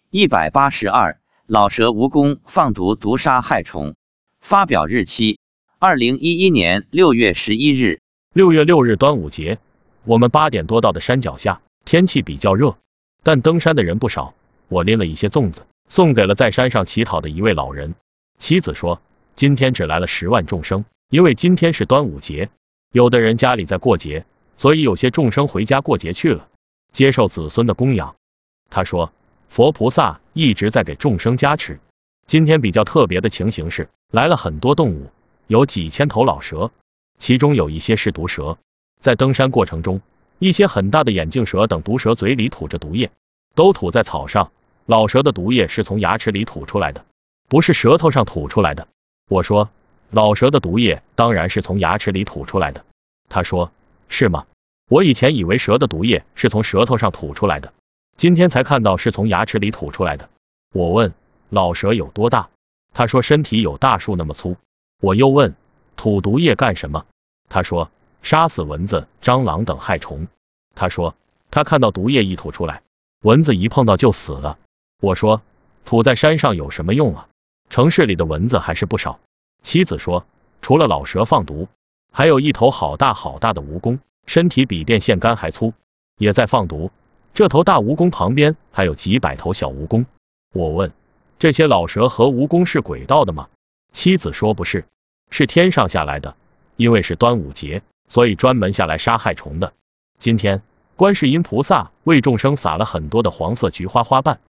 182老蛇蜈蚣放毒毒杀害虫。发表日期2011年6月11日。 6月6日端午节，我们8点多到的山脚下，天气比较热，但登山的人不少。我拎了一些粽子，送给了在山上乞讨的一位老人。妻子说，今天只来了10万众生，因为今天是端午节，有的人家里在过节，所以有些众生回家过节去了，接受子孙的供养。他说，佛菩萨一直在给众生加持。今天比较特别的情形是，来了很多动物，有几千头老蛇，其中有一些是毒蛇。在登山过程中，一些很大的眼镜蛇等毒蛇嘴里吐着毒液，都吐在草上。老蛇的毒液是从牙齿里吐出来的，不是舌头上吐出来的。我说，老蛇的毒液当然是从牙齿里吐出来的。他说，是吗？我以前以为蛇的毒液是从舌头上吐出来的，今天才看到是从牙齿里吐出来的。我问，老蛇有多大？他说身体有大树那么粗。我又问，吐毒液干什么？他说，杀死蚊子、蟑螂等害虫。他说，他看到毒液一吐出来，蚊子一碰到就死了。我说，吐在山上有什么用啊？城市里的蚊子还是不少。妻子说，除了老蛇放毒，还有一头好大好大的蜈蚣，身体比电线杆还粗，也在放毒。这头大蜈蚣旁边还有几百头小蜈蚣。我问，这些老蛇和蜈蚣是轨道的吗？妻子说不是，是天上下来的，因为是端午节，所以专门下来杀害虫的。今天观世音菩萨为众生撒了很多的黄色菊花花瓣，